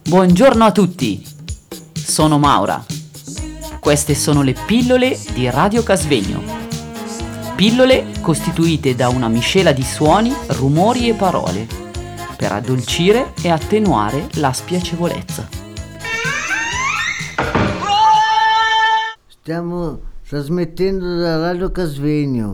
Buongiorno a tutti, sono Maura. Queste sono le pillole di Radio Casvegno. Pillole costituite da una miscela di suoni, rumori e parole per addolcire e attenuare la spiacevolezza. Stiamo trasmettendo da Radio Casvegno.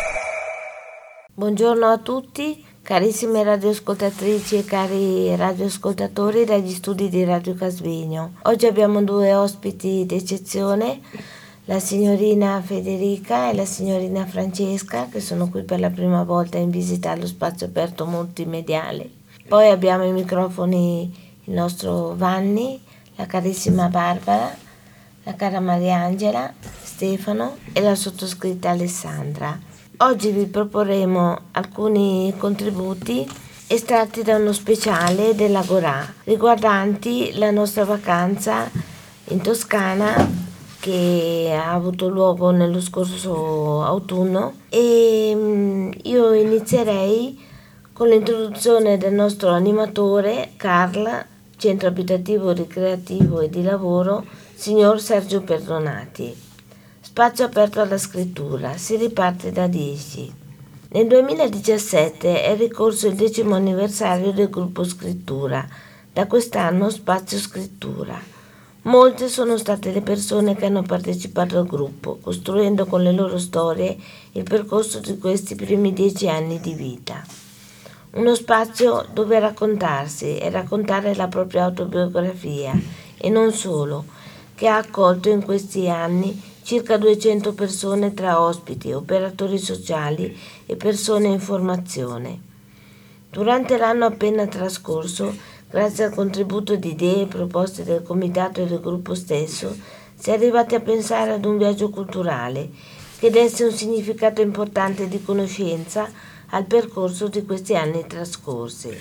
Buongiorno a tutti, carissime radioascoltatrici e cari radioascoltatori dagli studi di Radio Casvegno. Oggi abbiamo due ospiti d'eccezione, la signorina Federica e la signorina Francesca, che sono qui per la prima volta in visita allo spazio aperto multimediale. Poi abbiamo ai microfoni il nostro Vanni, la carissima Barbara, la cara Mariangela, Stefano e la sottoscritta Alessandra. Oggi vi proporremo alcuni contributi estratti da uno speciale dell'Agorà riguardanti la nostra vacanza in Toscana che ha avuto luogo nello scorso autunno e io inizierei con l'introduzione del nostro animatore Carl, centro abitativo, ricreativo e di lavoro, signor Sergio Perdonati. Spazio aperto alla scrittura, si riparte da 10. Nel 2017 è ricorso il 10° anniversario del gruppo Scrittura, da quest'anno Spazio Scrittura. Molte sono state le persone che hanno partecipato al gruppo, costruendo con le loro storie il percorso di questi primi 10 anni di vita. Uno spazio dove raccontarsi e raccontare la propria autobiografia, e non solo, che ha accolto in questi anni circa 200 persone tra ospiti, operatori sociali e persone in formazione. Durante l'anno appena trascorso, grazie al contributo di idee e proposte del comitato e del gruppo stesso, si è arrivati a pensare ad un viaggio culturale che desse un significato importante di conoscenza al percorso di questi anni trascorsi.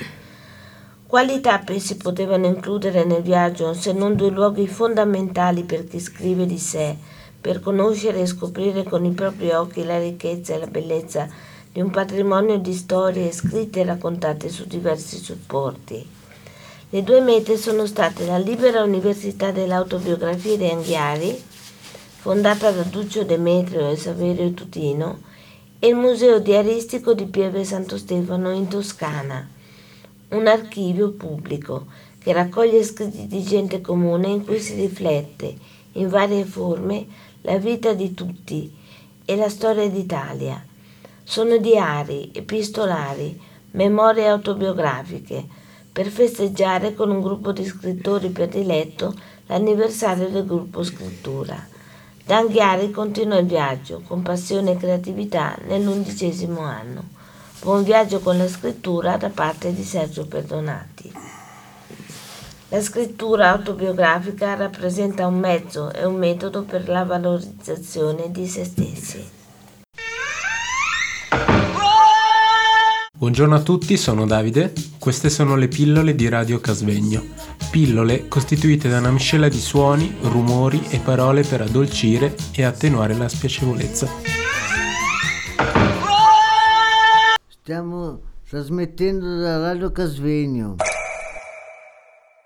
Quali tappe si potevano includere nel viaggio se non 2 luoghi fondamentali per chi scrive di sé, per conoscere e scoprire con i propri occhi la ricchezza e la bellezza di un patrimonio di storie scritte e raccontate su diversi supporti. Le 2 mete sono state la Libera Università dell'Autobiografia di Anghiari, fondata da Duccio Demetrio e Saverio Tutino, e il Museo Diaristico di Pieve Santo Stefano in Toscana, un archivio pubblico che raccoglie scritti di gente comune in cui si riflette, in varie forme, la vita di tutti e la storia d'Italia. Sono diari, epistolari, memorie autobiografiche, per festeggiare con un gruppo di scrittori prediletto l'anniversario del gruppo Scrittura. Da Anghiari continua il viaggio, con passione e creatività, nell'11° anno. Buon viaggio con la scrittura da parte di Sergio Perdonati. La scrittura autobiografica rappresenta un mezzo e un metodo per la valorizzazione di se stessi. Buongiorno a tutti, sono Davide. Queste sono le pillole di Radio Casvegno. Pillole costituite da una miscela di suoni, rumori e parole per addolcire e attenuare la spiacevolezza. Stiamo trasmettendo da Radio Casvegno.